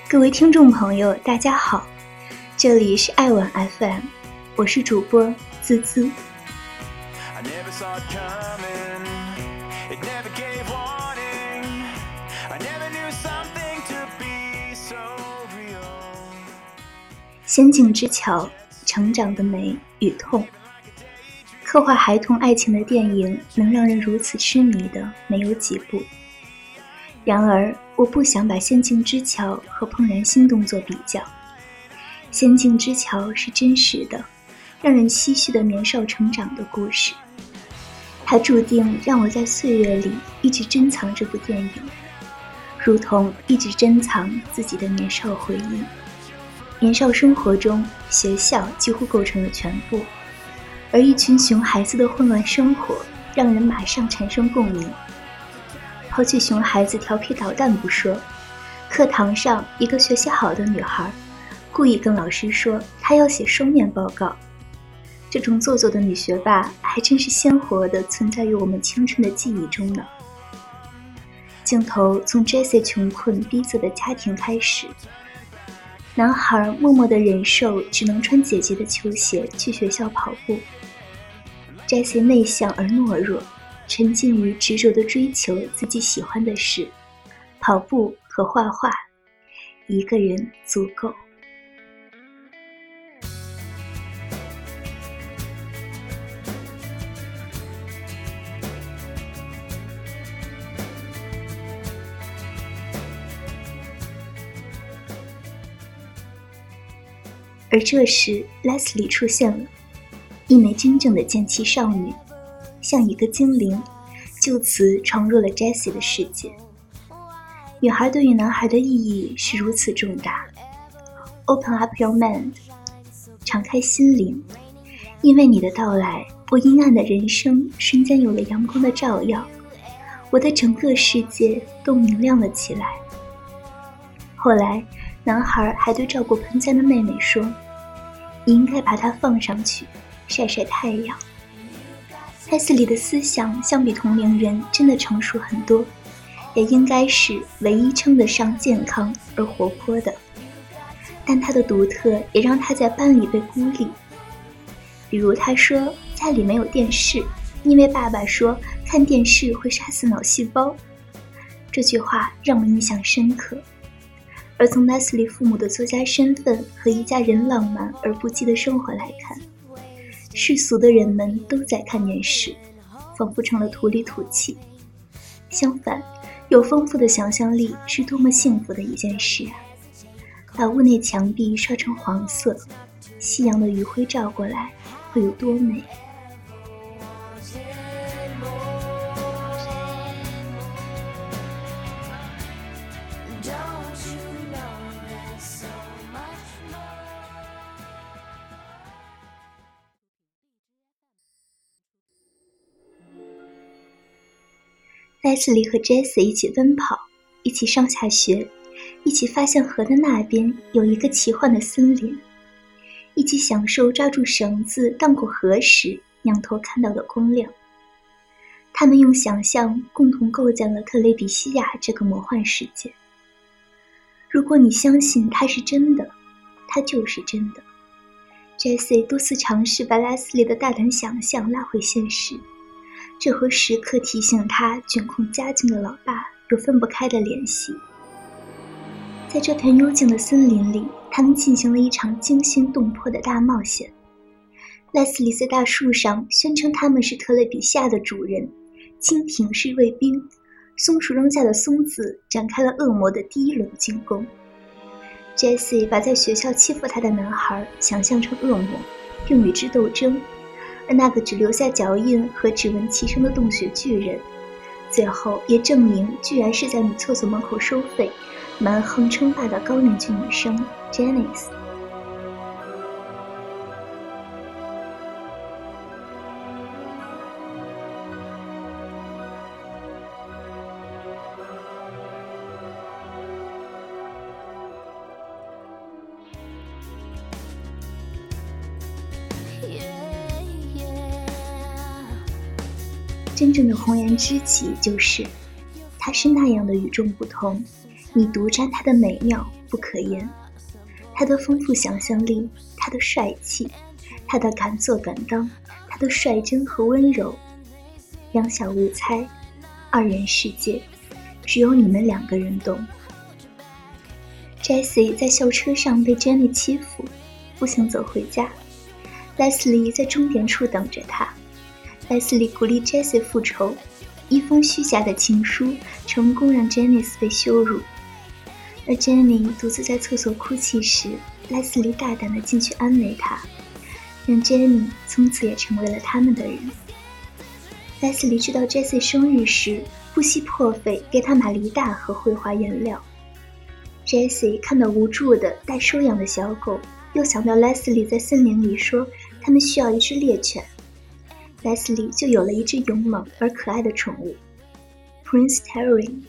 各位听众朋友大家好，这里是爱晚 FM， 我是主播滋滋。仙境之桥，成长的美与痛。刻画孩童爱情的电影能让人如此痴迷的没有几部。然而我不想把仙境之桥和怦然心动做比较。仙境之桥是真实的，让人唏嘘的年少成长的故事，它注定让我在岁月里一直珍藏这部电影，如同一直珍藏自己的年少回忆。年少生活中，学校几乎构成了全部，而一群熊孩子的混乱生活让人马上产生共鸣。抛去熊孩子调皮捣蛋不说，课堂上一个学习好的女孩故意跟老师说她要写双面报告，这种做作的女学霸还真是鲜活地存在于我们青春的记忆中呢。镜头从 Jessie 穷困逼仄的家庭开始，男孩默默地忍受只能穿姐姐的球鞋去学校跑步。Jessie 内向而懦弱，沉浸于执着地追求自己喜欢的事，跑步和画画，一个人足够。而这时 Leslie 出现了，一枚真正的剑气少女，像一个精灵，就此闯入了 Jessie 的世界。女孩对于男孩的意义是如此重大。 Open up your mind， 敞开心灵，因为你的到来，我阴暗的人生瞬间有了阳光的照耀，我的整个世界都明亮了起来。后来男孩还对照顾盆栽的妹妹说，你应该把它放上去晒晒太阳。Leslie 的思想相比同龄人真的成熟很多，也应该是唯一称得上健康而活泼的，但他的独特也让他在班里被孤立。比如他说家里没有电视，因为爸爸说看电视会杀死脑细胞，这句话让我印象深刻。而从 Leslie 父母的作家身份和一家人浪漫而不羁的生活来看，世俗的人们都在看电视，仿佛成了土里土气。相反，有丰富的想象力是多么幸福的一件事啊！把屋内墙壁刷成黄色，夕阳的余晖照过来，会有多美？Leslie 和 Jessie 一起奔跑，一起上下学，一起发现河的那边有一个奇幻的森林，一起享受抓住绳子荡过河时仰头看到的光亮。他们用想象共同构建了特雷比西亚这个魔幻世界。如果你相信它是真的，它就是真的。Jessie 多次尝试把 Leslie 的大胆想象拉回现实，这和时刻提醒他卷控家境的老爸有分不开的联系。在这片幽静的森林里，他们进行了一场惊心动魄的大冒险。Leslie 在大树上宣称他们是特雷比西亚的主人，蜻蜓是卫兵，松鼠扔下的松子展开了恶魔的第一轮进攻。Jessie 把在学校欺负他的男孩想象成恶魔，并与之斗争，而那个只留下脚印和指纹齐声的洞穴巨人，最后也证明居然是在女厕所门口收费蛮横称霸的高年级女生 Janice。 真正的红颜知己就是他是那样的与众不同，你独占他的美妙， 不可言。他的丰富想象力，他的帅气，他的敢做敢当，他的率真和温柔，两小无猜，二人世界，只有你们2个人懂。Jessie 在校车上被 Jenny 欺负，不想走回家。Leslie 在终点处等着他。Leslie 鼓励 Jessie 复仇，一封虚假的情书成功让 Janice 被羞辱。而 Jenny 独自在厕所哭泣时， Leslie 大胆地进去安慰她，让 Jenny 从此也成为了他们的人。Leslie 知道 Jessie 生日时，不惜破费给她买了一大盒绘画颜料。Jessie 看到无助的待收养的小狗，又想到 Leslie 在森林里说他们需要一只猎犬， Leslie 就有了一只勇猛而可爱的宠物 Prince Terrier。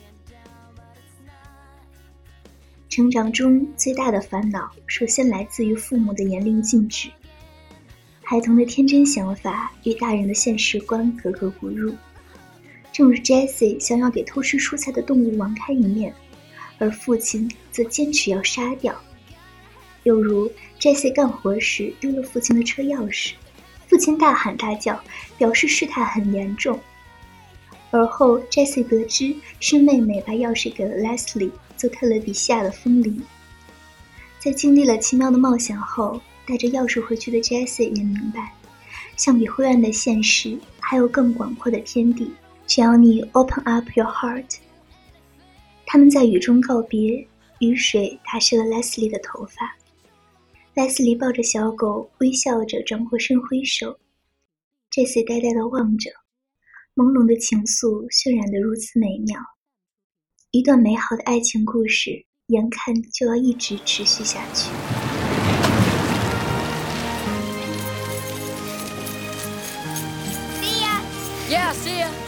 成长中最大的烦恼首先来自于父母的严令禁止，孩童的天真想法与大人的现实观格格不入。正如 Jessie 想要给偷吃蔬菜的动物网开一面，而父亲则坚持要杀掉。又如 Jessie 干活时丢了父亲的车钥匙，父亲大喊大叫，表示事态很严重。而后 Jessie 得知是妹妹把钥匙给了 Leslie 做特勒比西亚的风铃。在经历了奇妙的冒险后，带着钥匙回去的 Jessie 也明白，相比灰暗的现实，还有更广阔的天地，只要你 open up your heart。 他们在雨中告别，雨水打湿了 Leslie 的头发。Leslie 抱着小狗，微笑着转过身挥手。Jessie 呆呆地望着，朦胧的情愫渲染得如此美妙。一段美好的爱情故事，眼看就要一直持续下去。 See ya! Yeah, see ya!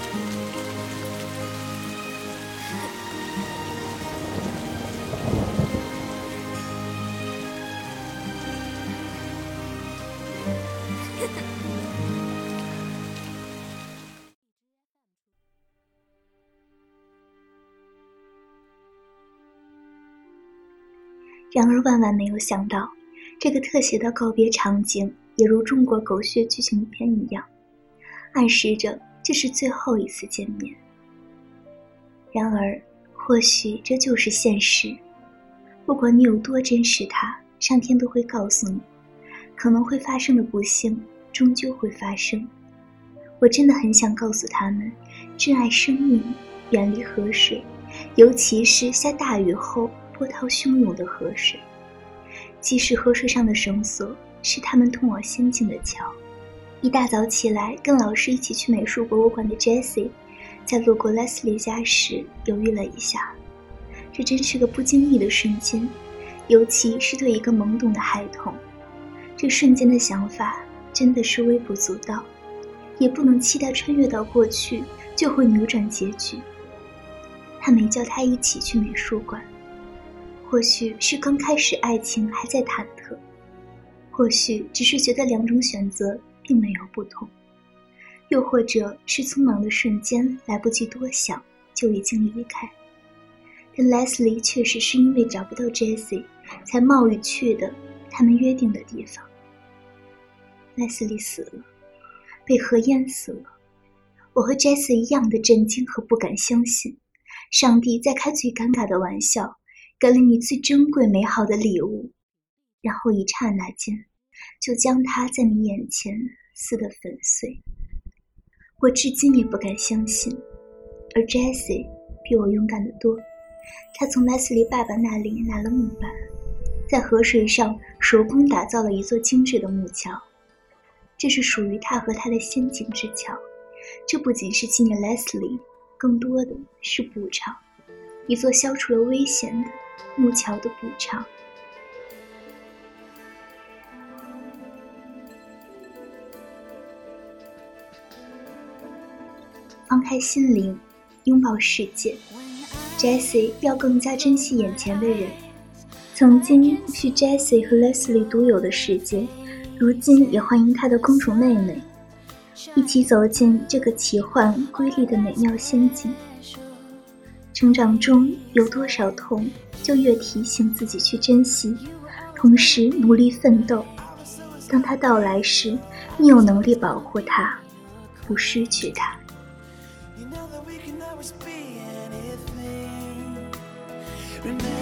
然而万万没有想到，这个特写的告别场景也如中国狗血剧情片一样，暗示着这是最后一次见面。然而或许这就是现实，不管你有多珍视它，上天都会告诉你，可能会发生的不幸终究会发生。我真的很想告诉他们，珍爱生命，远离河水，尤其是下大雨后波涛汹涌的河水。即使河水上的绳索是他们通往仙境的桥。一大早起来跟老师一起去美术博物馆的 Jessie 在路过 Leslie 家时犹豫了一下，这真是个不经意的瞬间，尤其是对一个懵懂的孩童。这瞬间的想法真的是微不足道，也不能期待穿越到过去就会扭转结局。他没叫他一起去美术馆，或许是刚开始爱情还在忐忑，或许只是觉得2种选择并没有不同，又或者是匆忙的瞬间来不及多想就已经离开。但 Leslie 确实是因为找不到 Jessie 才冒雨去的他们约定的地方。Leslie 死了，被河淹死了。我和 Jessie 一样的震惊和不敢相信，上帝在开最尴尬的玩笑，给了你最珍贵美好的礼物，然后一刹那间就将它在你眼前撕得粉碎。我至今也不敢相信，而 Jessie 比我勇敢得多。她从 Leslie 爸爸那里拿了木板，在河水上手工打造了一座精致的木桥。这是属于他和他的仙境之桥，这不仅是纪念 Leslie， 更多的是补偿，一座消除了危险的木桥的补偿。放开心灵，拥抱世界。 Jessie 要更加珍惜眼前的人，曾经是 Jessie 和 Leslie 独有的世界，如今也欢迎她的公主妹妹一起走进这个奇幻瑰丽的美妙仙境。 成长中有多少痛，就越提醒自己去珍惜，同时努力奋斗。当它到来时，你有能力保护它，不失去它。 Remember